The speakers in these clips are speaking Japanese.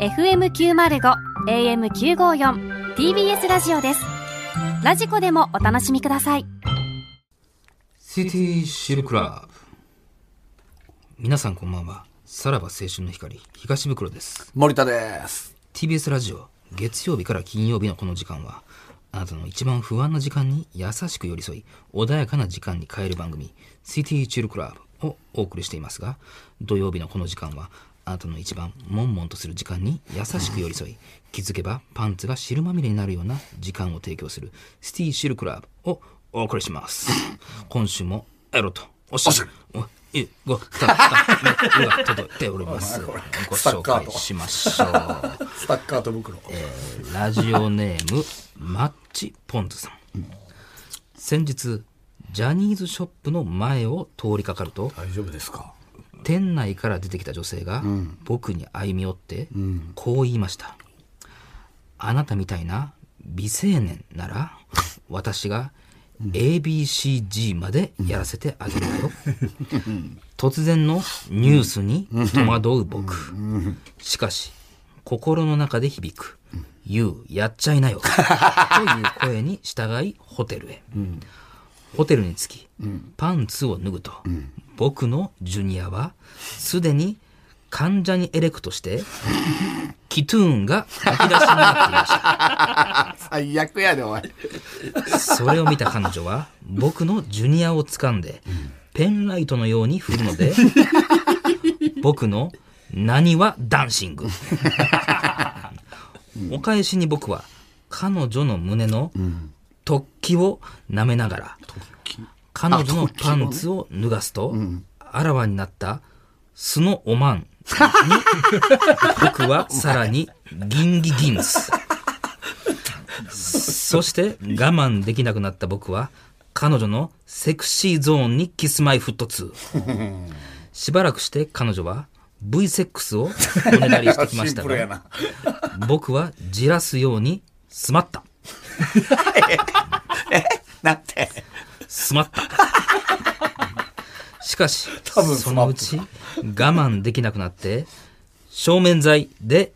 FM905 AM954 TBS ラジオです。ラジコでもお楽しみください。 シティシルクラブ。皆さんこんばんは。さらば青春の光東袋です。 森田です。 TBS ラジオ月曜日から金曜日のこの時間は、あなたの一番不安な時間に優しく寄り添い、穏やかな時間に変える番組シティチルクラブをお送りしていますが、土曜日のこの時間はあなたの一番悶々とする時間に優しく寄り添い、気づけばパンツが汁まみれになるような時間を提供するシティシルクラブをお送りします。今週もエロとおっしゃるごが届いております。ご紹介しましょう。 スタッカート袋、 ラジオネームマッチポンズさん、先日ジャニーズショップの前を通りかかると、 大丈夫ですか？ 店内から出てきた女性が僕に歩み寄ってこう言いました。あなたみたいな美青年なら私がABCG までやらせてあげるよ。突然のニュースに戸惑う僕。しかし心の中で響くやっちゃいなよという声に従いホテルへ。ホテルに着きパンツを脱ぐと、僕のジュニアはすでに関ジャニエレクとしてキトゥーンがむき出しになっていました。 最悪やでお前。 それを見た彼女は僕のジュニアを掴んでペンライトのように振るので、僕の何はダンシング。お返しに僕は彼女の胸の突起を舐めながら彼女のパンツを脱がすと、あらわになった素のおまんに僕はさらにギンギギンス。そして我慢できなくなった僕は彼女のセクシーゾーンにキスマイフット2。しばらくして彼女は V6 をおねだりしてきましたが僕はじらすようにすまった。 なんてすまった。しかしそのうち我慢できなくなって正面剤で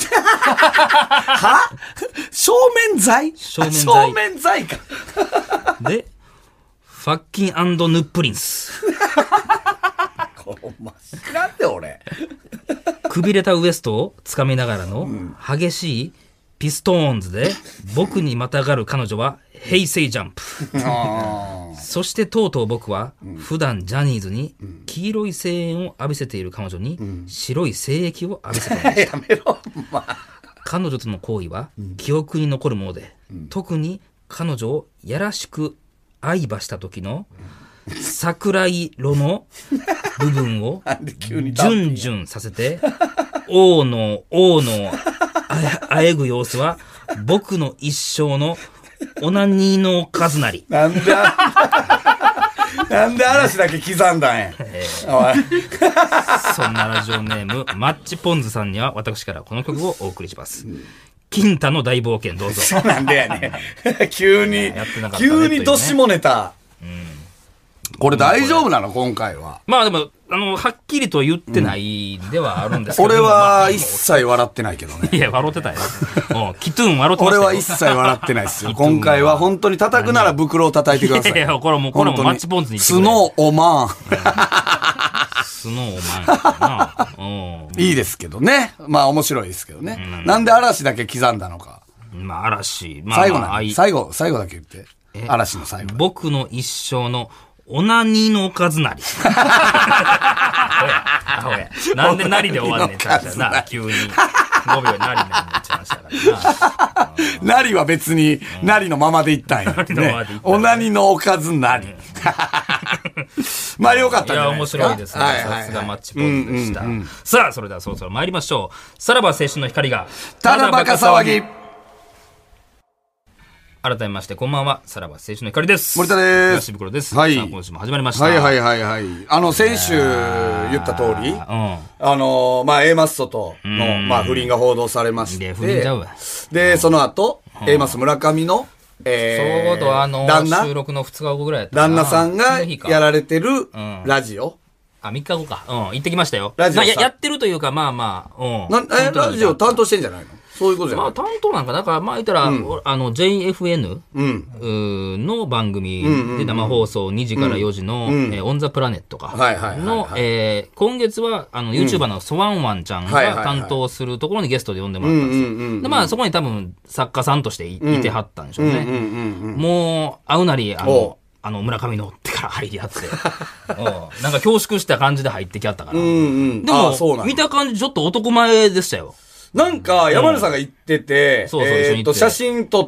は正面剤かでファッキン&ヌップリンス。 これお前知らんで俺。 くびれたウエストをつかみながらの激しいピストーンズで僕にまたがる彼女は平成ジャンプ。そしてとうとう僕は普段ジャニーズに黄色い声援を浴びせている彼女に白い精液を浴びせていました。 やめろ、まあ、 彼女との行為は記憶に残るもので、特に彼女をやらしく愛ばした時の桜色の部分をジュンジュンさせて王のあえぐ様子は僕の一生のオナニーの数なり。 なんで嵐だけ刻んだんや。おいそんなラジオネームマッチポンズさんには私からこの曲をお送りします。金太の大冒険、どうぞ。 そうなんでやね。急にどしもネタ。これ大丈夫なの今回は。 まあでもはっきりと言ってないではあるんですけど、 俺は一切笑ってないけどね。 いや笑ってたよ。キトゥーン笑ってましたよ。 俺は一切笑ってないですよ。今回は本当に叩くなら袋を叩いてください。 いやこれもマッチポンズに言ってくれ。 スノーおまん。 スノーおまんな。 いいですけどね。まあ面白いですけどね。なんで嵐だけ刻んだのか。 まあ嵐。 最後だけ言って。嵐の最後。 僕の一生のオナニーのおかずなり。なんでなりで終わんねんって話だな、急に。5秒なりなりになっちゃいましたからな。 なりは別に、なりのままでいったんや。オナニーのおかずなり。まあよかったんじゃないですか。 いや、面白いですね。さすがマッチポンズでした。さあ、それではそろそろ参りましょう。さらば青春の光が、 ただバカ騒ぎ。 改めましてこんばんは、さらば青春の光です。 森田です。 東袋です。 はい。 さあ今週も始まりました。 はい。先週言った通り、まあ A マッソとのまあ不倫が報道されまして、 不倫ちゃうわ。 でその後 A マッソ村上のそうと旦那収録の2日後ぐらいやったかな。 旦那さんがやられてるラジオ 3日後か。行ってきましたよ。 ラジオやってるというか、まあ、 ラジオ担当してんじゃないの？そういうことじゃない？ まあ、担当なんか、だから、まあ、言ったら、JFN の番組で生放送2時から4時の、オンザプラネットか。の、今月は、YouTuber のソワンワンちゃんが担当するところにゲストで呼んでもらったんですよ。で、まあ、そこに多分、作家さんとしていてはったんでしょうね。もう、会うなり、村上のってから入り合って。なんか恐縮した感じで入ってきはったから。でも、見た感じちょっと男前でしたよ。 なんか、山根さんが言ってて、写真撮って、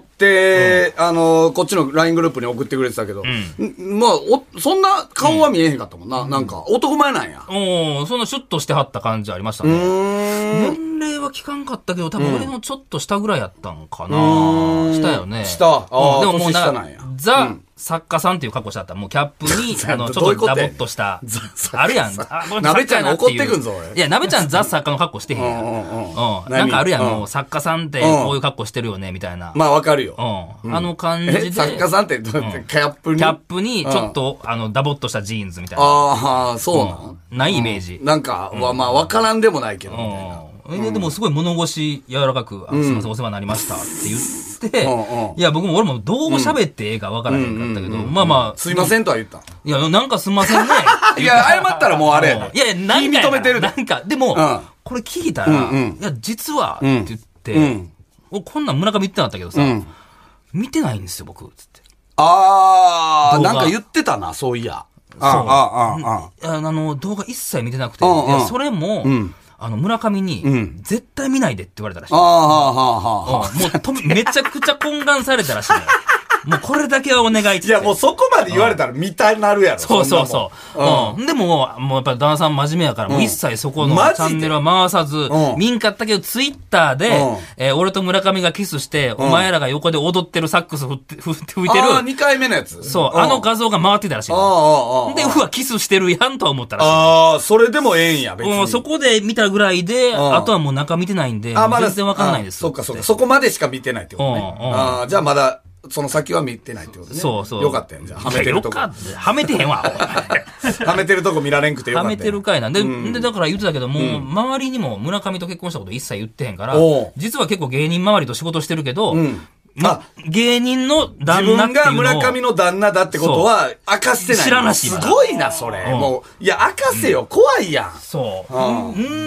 こっちの LINE グループに送ってくれてたけど、まあ、そんな顔は見えへんかったもんな。なんか、男前なんや。 そんなシュッとしてはった感じありましたね。年齢は聞かんかったけど、多分俺のちょっと下ぐらいやったんかな。下よね。 下。でももうザ、作家さんっていう格好してあった。もうキャップに、ちょっとダボっとした。あるやん。 なべちゃん怒ってくんぞ、 いや、なべちゃんザ作家の格好してへんやん。なんかあるやん、もう作家さんってこういう格好してるよね、みたいな。 まあわかるよ。 感じで。 作家さんってどうやってキャップにちょっと、ダボっとしたジーンズみたいな。 ああ、そうなんないイメージ。 なんか、まあわからんでもないけど、みたいな。 でもすごい物腰柔らかく、すみません、お世話になりましたって言って、いや、僕も俺もどう喋ってええか分からへんかったけど、まあまあ。 すいませんとは言った。 いや、なんかすいませんね。 いや、謝ったらもうあれやね。 いや、なんか。 認めてるなんか、でも、これ聞いたら、いや、実は、って言って、こんなん村上言ってなかったけどさ、見てないんですよ、僕、つって。 あー、なんか言ってたな、そういや。 動画一切見てなくて、それも、村上に、絶対見ないでって言われたらしい。もう、めちゃくちゃ懇願されたらしい。もうこれだけはお願いって。 いや、もうそこまで言われたら見たなるやろ。 そうそうそう。でも、もうやっぱり旦那さん真面目やから、もう一切そこのチャンネルは回さず、見んかったけど、ツイッターで、俺と村上がキスして、お前らが横で踊ってるサックス吹いてる。 2回目のやつ。 そう、画像が回ってたらしい。で、うわ、キスしてるやんとは思ったらしい。 ああ、それでもええんや、別に。 そこで見たぐらいで、あとはもう中見てないんで、全然わからないです。 そっかそっか。そこまでしか見てないってことね。ああ、じゃあまだ、その先は見てないってことね。 そうそう。 よかったやん、じゃあ。はめてるとこ。 はめてへんわ。 はめてるとこ見られんくてよかった。 はめてるかいなんで、だから言ってたけど、もう、周りにも村上と結婚したこと一切言ってへんから、実は結構芸人周りと仕事してるけど、芸人の旦那っていうのを。自分が村上の旦那だってことは明かしてない。 知らなし。 すごいな、それ。もう、いや、明かせよ。怖いやん。 そう。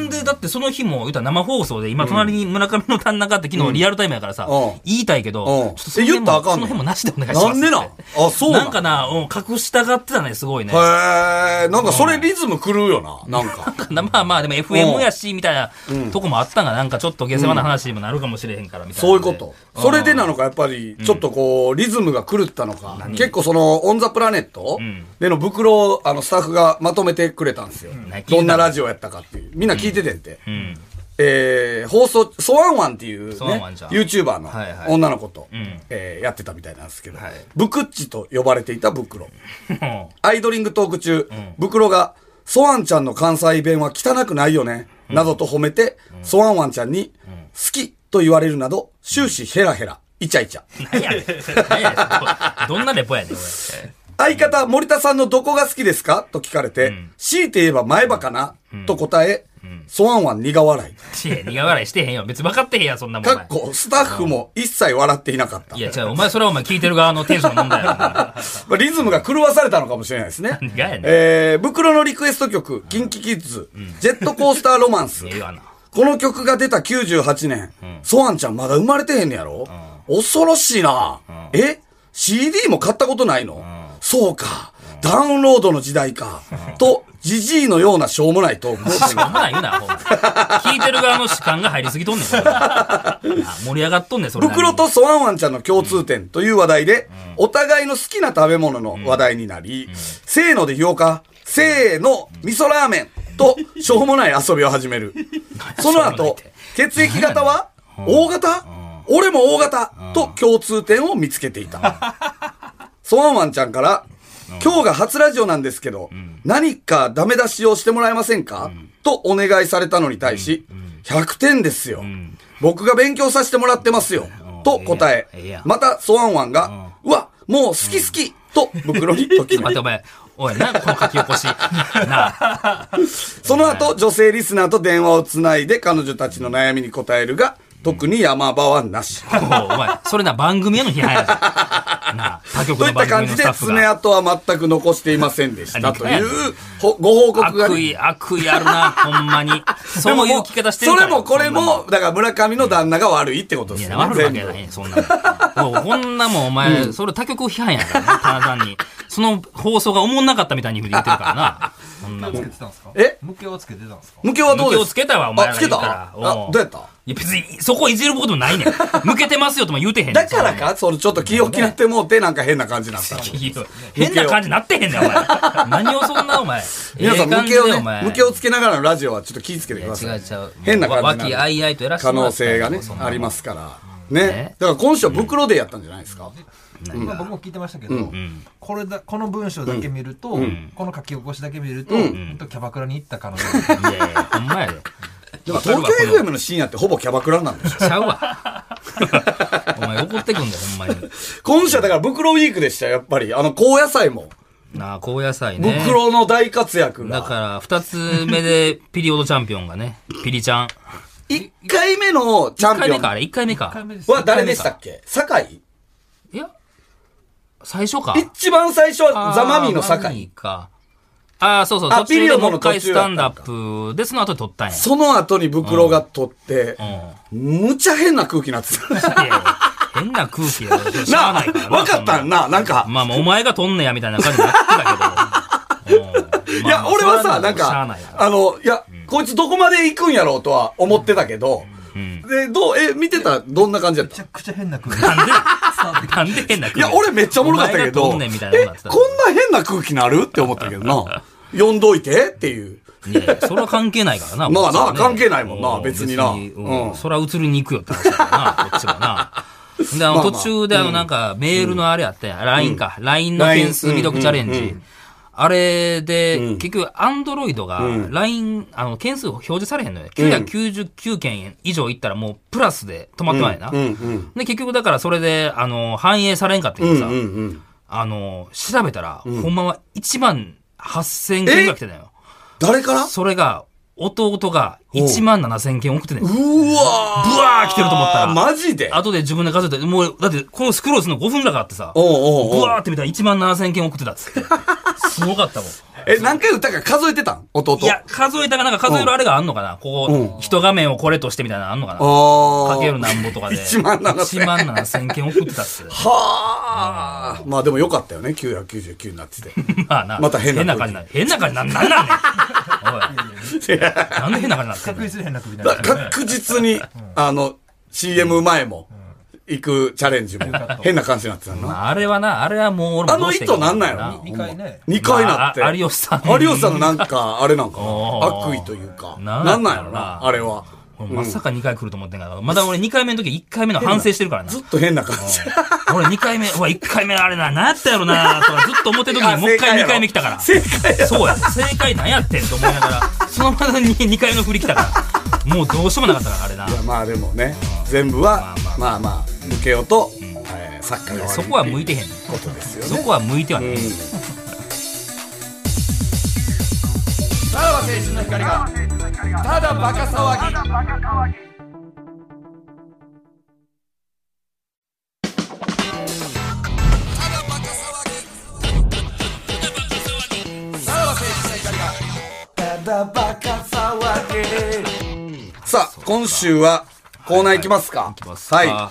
で、だってその日も、言ったら生放送で、今隣に村上の旦那がって昨日リアルタイムやからさ、言いたいけど、ちょっと言ったらあかんの？ その辺もなしでお願いします。 なんでなん？あ、そうなんかな、隠したがってたね、すごいね。 へー、なんかそれリズム狂うよな、なんか。 まあまあ、でも FM やし、みたいなとこもあったが、なんかちょっと下世話な話にもなるかもしれへんから、みたいな。 そういうこと。それでなのか、やっぱり、ちょっとこう、リズムが狂ったのか。結構その、オンザプラネットでの袋を、スタッフがまとめてくれたんですよ。どんなラジオやったかっていう。みんな聞いててんて。放送、ソワンワンっていうね、YouTuber の女の子と、やってたみたいなんですけど、ブクッチと呼ばれていた袋。アイドリングトーク中、袋が、ソワンちゃんの関西弁は汚くないよね、などと褒めて、ソワンワンちゃんに、好きと言われるなど、終始ヘラヘラ。イチャイチャ。 何やねん。どんなレポやねん、 相方、森田さんのどこが好きですかと聞かれて、強いて言えば前歯かな、と答え、ソワンワン苦笑い。 苦笑いしてへんよ。別に分かってへんや、そんなもん。 スタッフも一切笑っていなかった。 いや、違う、それは聞いてる側のテンションの問題や。 リズムが狂わされたのかもしれないですね。 何がやねん。袋のリクエスト曲、キンキキッズ、ジェットコースターロマンス。この曲が出た98年、ソワンちゃんまだ生まれてへんねやろ？恐ろしいな。CD も買ったことないの？そうか。ダウンロードの時代か。と、ジジイのようなしょうもないトークを。 しょうもない言うな、ほんま。聞いてる側の主観が入りすぎとんねん。盛り上がっとんねん、それ。 袋とソワンワンちゃんの共通点という話題で、お互いの好きな食べ物の話題になり、せーので言おうか。せーの、味噌ラーメンと、しょうもない遊びを始める。その後、血液型は大型？俺も大型と共通点を見つけていた。ソワンワンちゃんから、今日が初ラジオなんですけど、何かダメ出しをしてもらえませんか？とお願いされたのに対し、100点ですよ。僕が勉強させてもらってますよ。と答え、またソワンワンが、うわ、もう好き好きと袋にときめく。 待って、お前、 おい、な、この書き起こし。なあ。 その後、女性リスナーと電話をつないで彼女たちの悩みに答えるが、特に山場はなし。 お前、それな、番組への批判やじゃん。なあ、他局といったの番組感じで、 のスタッフ爪が。 痕は全く残していませんでしたというご報告がね。 悪意あるな、ほんまに。そういう聞き方してるから。 それもこれも、だから村上の旦那が悪いってことですよね。 悪いわけないね、そんなもん。もうこんなもんお前、それ他局批判やからね、ただ単に。その放送がおもんなかったみたいに言ってるからな。そんなもん。 無形はつけてたんですか？ 無形はどうですか？ 無形をつけたわ、お前らが言うから。 あ、どうやった？ いや別に、そこいじることもないねん。向けてますよとも言うてへんねん。 だからかそのちょっと気を気なってもうてなんか変な感じになった。 変な感じになってへんねん、お前。何をそんな、お前。 皆さん、無形をね、無形をつけながらのラジオはちょっと気ぃつけてください。 違う。 変な感じ和気あいあいとやらせて可能もらった性がね、ありますから。ね。だから今週は袋でやったんじゃないですか？ 今僕も聞いてましたけど、この文章だけ見ると、この書き起こしだけ見ると、キャバクラに行った可能性が。 いやいや、ほんまやで。 でも東京 FM の深夜ってほぼキャバクラなんでしょ？ ちゃうわ。お前怒ってくんだよ、ほんまに。 今週はだから袋ウィークでしたよ、やっぱり。高野菜も。 なあ、高野菜ね。 袋の大活躍が。 だから、二つ目でピリオドチャンピオンがね、ピリちゃん。 1回目のチャンピオン。 1回目か、あれ、1回目か。 は誰でしたっけ？酒井？ いや、最初か。 一番最初はザ・マミィの酒井か。ああ、そうそう、途中でもう一回スタンダップで、その後に撮ったんや。 その後に袋が撮って、むちゃ変な空気になってた。 いや変な空気やしゃあないからな。 わかったんな、なんか。 まあお前が撮んねやみたいな感じになってたけど。 いや、俺はさ、なんか、いや、こいつどこまで行くんやろうとは思ってたけど、で、見てたらどんな感じやった？ めちゃくちゃ変な空気。 なんで変な空気？ いや、俺めっちゃおもろかったけど、こんな変な空気なるって思ったけどな。呼んどいてっていう。 いや、それは関係ないからな。 まあな、関係ないもんな、別にな。 それは映りに行くよって話だからな、こっちはな。で、途中でなんか、メールのあれあったやん。LINE か。LINE の件数未読チャレンジ。あれで、結局、アンドロイドが、LINE、件数表示されへんのよ。999件以上いったらもう、プラスで止まってないな。で、結局だからそれで、反映されんかっていうさ、調べたら、ほんまは18000件ぐらい来てたよ。 誰から？ それが、弟が17000件送ってね。 うわーブワー来てると思ったら。 マジで？ 後で自分で数えて、もう、だって、このスクロールするの5分だからってさ、ブワーって見たら17000件送ってたっつって。すごかったもん。 何回打ったか数えてたん？弟。 いや、数えたかなんか数えるあれがあんのかな？こう、一画面をこれとしてみたいなのあんのかな？かけるなんぼとかで。17000件送ってたっす。 はぁ。まあでもよかったよね、999になってて。 まあな。 また変な感じになる。変な感じなんなんねん。おい。なんで変な感じになってんの？ 確実に変な首になる。 確実に、CM 前も、行くチャレンジも、変な感じになってたな。 あれはもう俺もどうして糸なんなんやろ？ 2回ね。 2回なって。 有吉さん。 有吉さんのなんか、あれなんかな。悪意というか。なんなんやろな、あれは。 まさか2回来ると思ってんから。まだ俺2回目の時1回目の反省してるからな。 ずっと変な感じ。 俺2回目、1回目あれな、何やったやろな、とかずっと思ってる時にもう1回2回目来たから。 正解や。 そうや。正解何やってんと思いながら、そのままに2回目の振り来たから。もうどうしようもなかったから、あれな。 いや、まあでもね、全部は、まあ、抜けようと、サッカーが悪い。 そこは向いてへんねん。 ことですよね。 そこは向いてはない。 さらば青春の光が、ただバカ騒ぎ。さあ、今週はコーナー行きますか？ はい。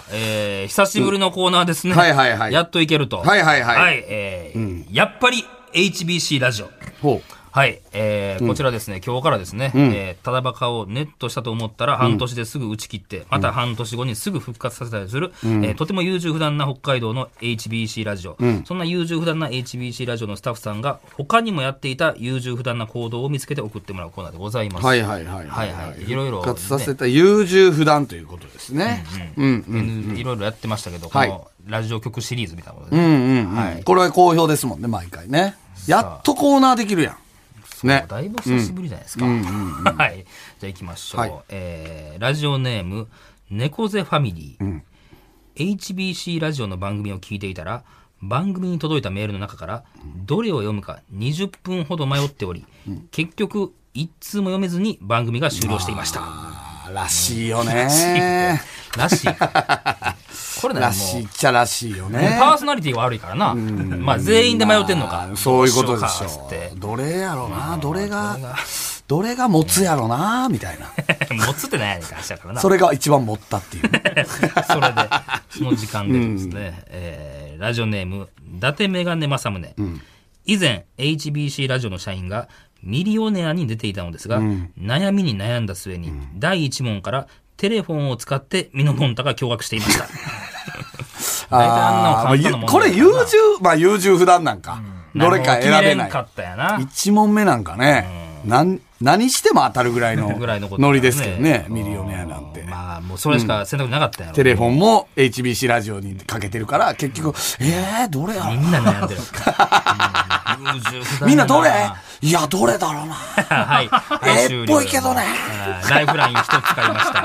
久しぶりのコーナーですね。 はい。 やっといけると。 はい。 やっぱり HBC ラジオ。はい。こちらですね、今日からですね、ただバカをネットしたと思ったら半年ですぐ打ち切って、また半年後にすぐ復活させたりする、とても優柔不断な北海道の HBC ラジオ。そんな優柔不断な HBC ラジオのスタッフさんが、他にもやっていた優柔不断な行動を見つけて送ってもらうコーナーでございます。 はい。 いろいろ。 復活させた優柔不断ということですね。 いろいろやってましたけど、このラジオ局シリーズみたいなことで。 これは好評ですもんね、毎回ね。やっとコーナーできるやん。ね、 だいぶ久しぶりじゃないですか。はい。じゃあ行きましょう。ラジオネーム、猫背ファミリー。HBC ラジオの番組を聞いていたら、 番組に届いたメールの中からどれを読むか20分ほど迷っており、結局一通も読めずに番組が終了していました。 らしいよね。 らしい。これね、 らしいっちゃらしいよね。 パーソナリティが悪いからな。まあ全員で迷ってんのか。 そういうことでしょう。どれやろな、どれが持つやろな、みたいな。 持つってないやねんか、だからな。 それが一番持ったっていう。 それで、その時間でですね、ラジオネーム、伊達メガネ正宗。以前、HBC ラジオの社員がミリオネアに出ていたのですが、悩みに悩んだ末に、第1問からテレフォンを使ってミノモンタが驚愕していました。 これ優柔不断なんか。どれか選べない。1問目なんかね。何しても当たるぐらいのノリですけどね、ミリオネアなんて。 まあ、もうそれしか選択なかったんやろ。 テレフォンも HBC ラジオにかけてるから、結局、どれやろみんな悩んでる。 みんなどれいや、どれだろうな。 はい。 っぽいけどね。 ライフライン一つ使いました。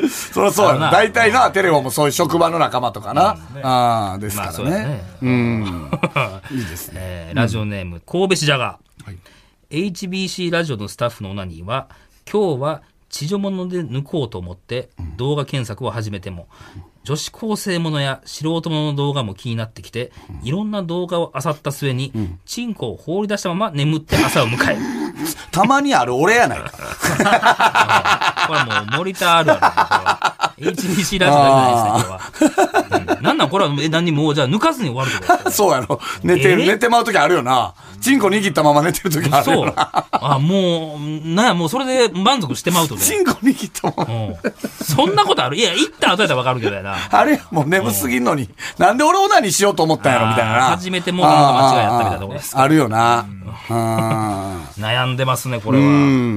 そりゃそうや。大体な、テレフォンもそういう職場の仲間とかな。ですからね。いいですね。 ラジオネーム、神戸市ジャガー。HBC ラジオのスタッフのオナニーは、今日は地上物で抜こうと思って動画検索を始めても、女子高生ものや素人ものの動画も気になってきて、いろんな動画を漁った末に、チンコを放り出したまま眠って朝を迎える。 たまにある俺やないか。 これはもうモニターあるある。HBC ラジオだけじゃないですね、これは。なんなんこれは何もじゃあ抜かずに終わるってことそうやろ。寝てまうときあるよな。チンコ握ったまま寝てるときあるよな。 そう。もうそれで満足してまうとね。 チンコ握ったまま。 そんなことある？いや、行った後やったらわかるけどやな。 あれもう眠すぎんのに、なんで俺オナニーしようと思ったんやろみたいな。 初めてもう間違いあったみたいなところです。 あるよな。 悩んでますね、これは。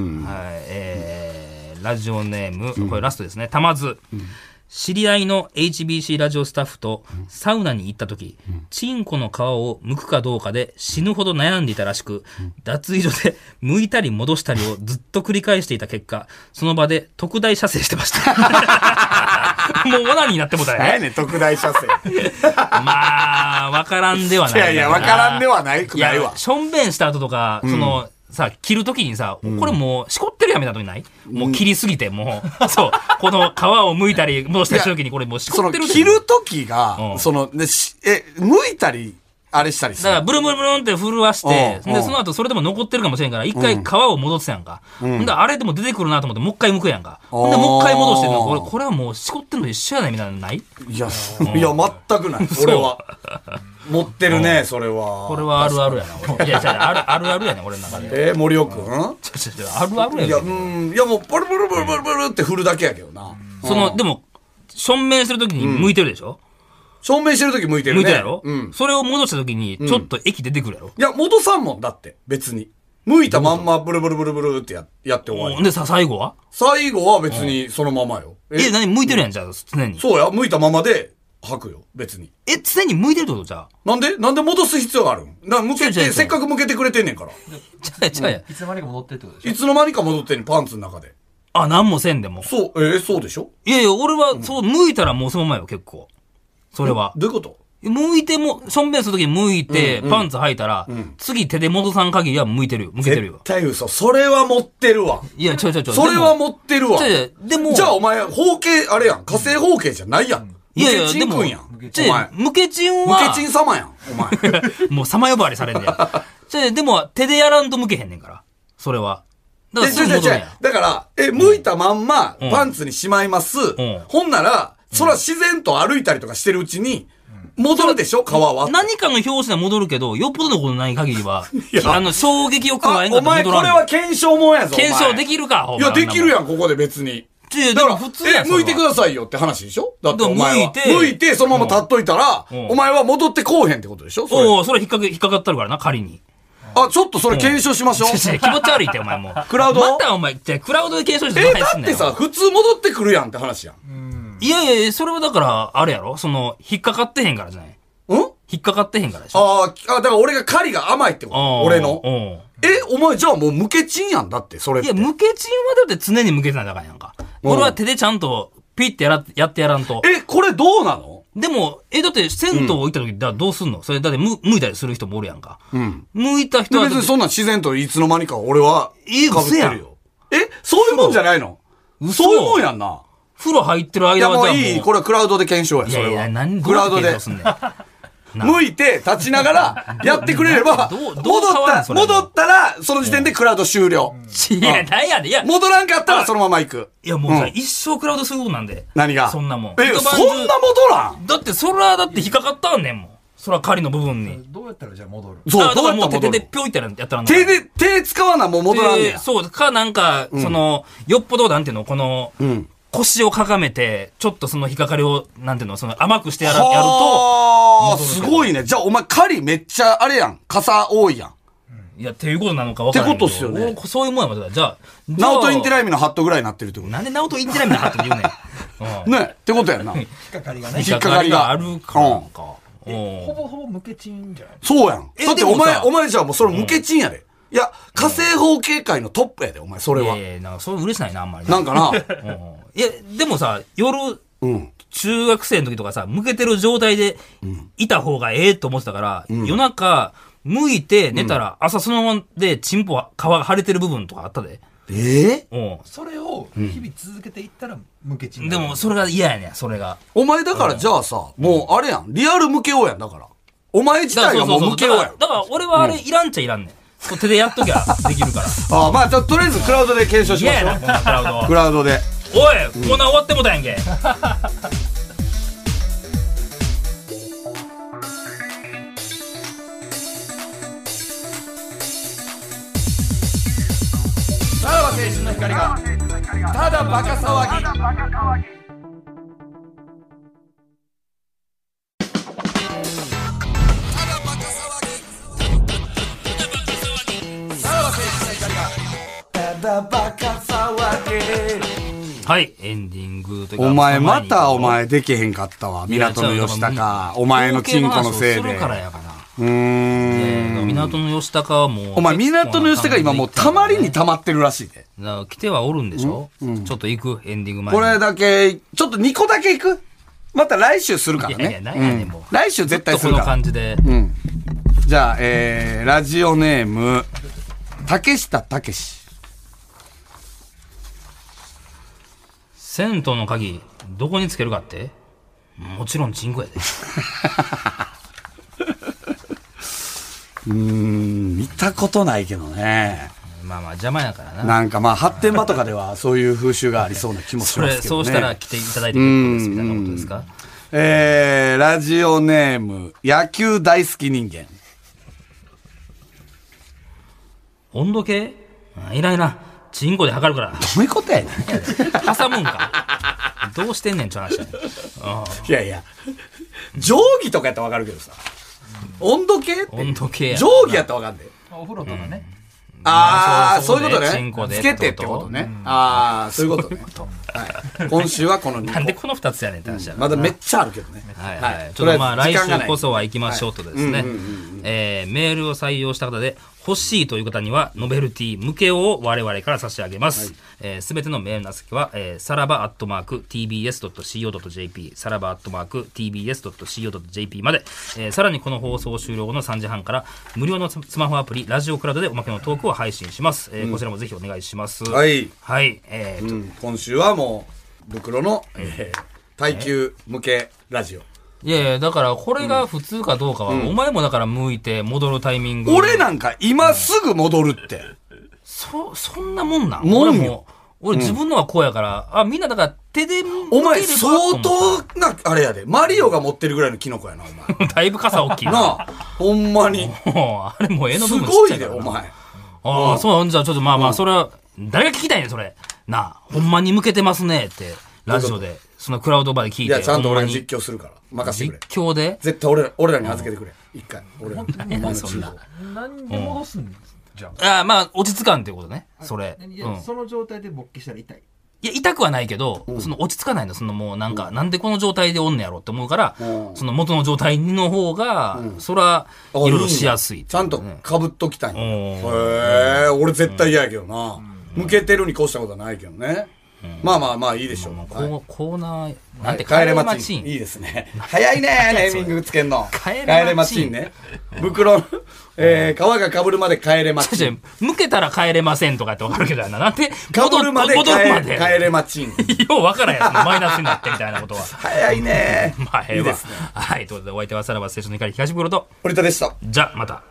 ラジオネーム、これラストですね。たまず。知り合いの HBC ラジオスタッフとサウナに行った時、チンコの皮を剥くかどうかで死ぬほど悩んでいたらしく、脱衣所で剥いたり戻したりをずっと繰り返していた結果、その場で特大射精してました。もうオナニーになってもたね。何やねん、特大射精。 まあ、わからんではない。 いや、わからんではないくないわ。 しょんべんした後とか、さ、切るときにさ、これもう、しこってるやんみたいな時ない？もう切りすぎて、もう、そう、この皮を剥いたり、戻したりした時にこれもうしこってる。 切るときが、剥いたり、あれしたりする。 だから、ブルブルブルンって震わして、で、その後それでも残ってるかもしれんから、一回皮を戻すやんか。あれでも出てくるなと思って、もう一回剥くやんか。で、もう一回戻してんの、これはもうしこってるの一緒やないみたいなのない？ いや、全くない。俺は。持ってるね、それは。 これはあるあるやな、俺。いや、あるあるやね、俺の中で。 森尾くん？ あるあるやね。いや、もう、ブルブルブルブルブルって振るだけやけどな。 でも、しょんべんするときに剥いてるでしょ？ しょんべんしてるとき剥いてるね。 剥いてるやろ？それを戻したときに、ちょっと液出てくるやろ？ いや、戻さんもんだって、別に。剥いたまんまブルブルブルブルってやって終わり。 でさ、最後は別にそのままよ。 何剥いてるやん、じゃあ、常に。 そうや、剥いたままで吐くよ、別に。 常に剥いてるってことじゃあ。 なんで戻す必要があるん？せっかく剥けてくれてんねんから。 いつの間にか戻ってるってことでしょ？ いつの間にか戻ってんねん、パンツの中で。 なんもせんでも。 そう、そうでしょ？ いや、俺は、剥いたらもうそのままよ、結構。それは。 どういうこと？ 剥いても、しょんべんするときに剥いて、パンツ履いたら、次手で戻さん限りは剥けてるよ。 絶対嘘。それは持ってるわ。 いや、それは持ってるわ。 でも。 じゃあお前、包茎、あれやん。火星包茎じゃないやん。 いやいや、でも。ムケチンは。 ムケチン様やん、お前。 もう様呼ばわりされんねん。でも、手でやらんと剥けへんねんから。それは。 だから、剥いたまんま、パンツにしまいます。ほんなら、そら自然と歩いたりとかしてるうちに、戻るでしょ皮は。 何かの表紙で戻るけど、よっぽどのことない限りは、衝撃を加えんかお前これは検証もんやぞ。 検証できるか、 いや、できるやん、ここで別に。 だから普通やん。 剥いてくださいよって話でしょ？だってお前は。剥いて、そのまま立っといたら、お前は戻ってこうへんってことでしょ？ それ引っかかったるからな、仮に。 ちょっとそれ検証しましょう。 気持ち悪いって、お前もう。 クラウド？ またお前、クラウドで検証してだってさ、普通戻ってくるやんって話やん。 いや、それはだから、あれやろ？引っかかってへんからじゃない？引っかかってへんからでしょ？ だから俺が狩りが甘いってこと俺の。お前じゃあもう無ケチンやんだって、それって。 いや、無ケチンはだって常に無ケチンなんだからやんか。俺は手でちゃんと、ピッてやってやらんと。 これどうなの？ でも、だって銭湯行った時、どうすんのそれ、だって向いたりする人もおるやんか。向いた人は。 別にそんな自然といつの間にか俺は被ってるよ。そういうもんじゃないの？そういうもんやんな。 風呂入ってる間はもういい、これはクラウドで検証や、それは。 いやいや、何クラウドで。向いて、立ちながら、やってくれれば、戻ったら、その時点でクラウド終了。 いや、何やで、いや。 戻らんかったらそのまま行く。 いや、もうさ、一生クラウドすることなんで。 何が？ そんなもん。 そんな戻らん？ だって、そら、だって引っかかったんねんもん。そら、狩りの部分に。 どうやったらじゃあ戻る？ そう、 だからもう手でぴょいってやったら手使わなもう戻らんねや。 そうか、なんか、よっぽど、なんていうの、この、腰をかがめて、ちょっとその引っかかりを、なんていうの、甘くしてやると。 すごいね。じゃあ、お前、狩りめっちゃ、あれやん。傘多いやん。 いや、っていうことなのか分からないけど。 ってことっすよね。 そういうもんやもん。じゃあ、 ナオトインテライミのハットぐらいになってるってこと。 なんでナオトインテライミのハットって言うねん。 ねってことやんな。 引っかかりがね。 引っかかりがあるからか。 ほぼ無ケチンじゃない？ そうやん。だってお前じゃあもうそれ無ケチンやで。いや、火星法警戒のトップやで、お前、それは。 なんか、それ嬉しないな、あんまり。 なんかな。 いや、でもさ、夜、中学生の時とかさ、向けてる状態でいた方がええと思ってたから、夜中、向いて寝たら、朝そのままでチンポ皮が腫れてる部分とかあったで。 それを日々続けていったら無ケチン。 でも、それが嫌やねん、それが。 お前だからじゃあさ、もうあれやん。リアル向けようやん、だから。お前自体がもう向けようやん。 だから俺はあれいらんちゃいらんねん。手でやっときゃできるから。 まあ、とりあえずクラウドで検証しましょう。 こんなクラウド。 クラウドで。 おい、コーナー終わってもたやんけ。 さらば青春の光が、ただバカ騒ぎ。 はい、エンディングというか。 お前またお前できへんかったわ。港の吉高。お前のチンコのせいで。 港の吉高はもう。 お前港の吉高今もうたまりにたまってるらしいで。 来てはおるんでしょ？ちょっと行くエンディング前に。これだけ、ちょっと2個だけ行く？また来週するからね。 いや何やねんもう。 来週絶対するから。 この感じで。 じゃあ、ラジオネーム、竹下武史。 銭湯の鍵、どこにつけるかって？もちろんチンコやで。 見たことないけどね。 まあ邪魔やからな。 なんか発展場とかではそういう風習がありそうな気もしますけどね。 そうしたら来ていただいて結構ですみたいなことですか？ ラジオネーム、野球大好き人間。 温度計？いらんいらん。チンコで測るから。 どういうことやねん。 挟むんか。どうしてんねんちゅう話やねん。いやいや、定規とかやったらわかるけどさ。温度計って温度計や。 定規やったらわかんねん。お風呂とかね。 そういうことね。つけてってことね。そういうことね。今週はこの2個。 なんでこの2つやねんって話やな。 まだめっちゃあるけどね。 はい。ちょっと来週こそは行きましょうとですね。メールを採用した方で欲しいという方にはノベルティ向けを我々から差し上げます。すべてのメールの先はさらば@tbs.co.jp さらば@tbs.co.jp まで。さらにこの放送終了後の3時半から無料のスマホアプリラジオクラウドでおまけのトークを配信します。こちらもぜひお願いします。 はい。 はい。 今週はもう袋の耐久向けラジオ。 いやいや、だからこれが普通かどうかは、お前もだから向いて戻るタイミング。 俺なんか今すぐ戻るって。 そんなもんなん？俺自分のはこうやから、みんなだから手で向ければ。 お前相当な、あれやで。マリオが持ってるぐらいのキノコやな、お前。 だいぶ傘大きいな。 なあ、ほんまに。 あれもう絵の部分すごいで、お前。 そうなんじゃ、ちょっとまあ、それは、誰が聞きたいねん、それ。なあ、ほんまに向けてますね、って、ラジオで。そのクラウドバーで聞いて。 いや、ちゃんと俺実況するから。任せてくれ。 実況で絶対俺らに預けてくれ。一回。俺らに。 そんな。 何で戻すんじゃん。 落ち着かんってことね。それ。 その状態で勃起したら痛い。 いや、痛くはないけど、その落ち着かないの。そのもうなんか、なんでこの状態でおんねやろって思うから、その元の状態の方が、そら、いろいろしやすい。 ちゃんと被っときたい。俺絶対嫌やけどな。向けてるに越したことはないけどね。 まあまあまあいいでしょう。 コーナー、なんて、 帰れマチン。いいですね。早いね、ネーミングつけんの。帰れマチンね。袋の、皮が被るまで帰れマチン。 向けたら帰れませんとかってわかるけどな。なんで、 被るまで帰れマチン。 ようわからんやつのマイナスになってみたいなことは。 早いね。 まあ、いいですね。はい。ということで、お相手はさらば青春の光東袋と、 堀田でした。 じゃあ、また。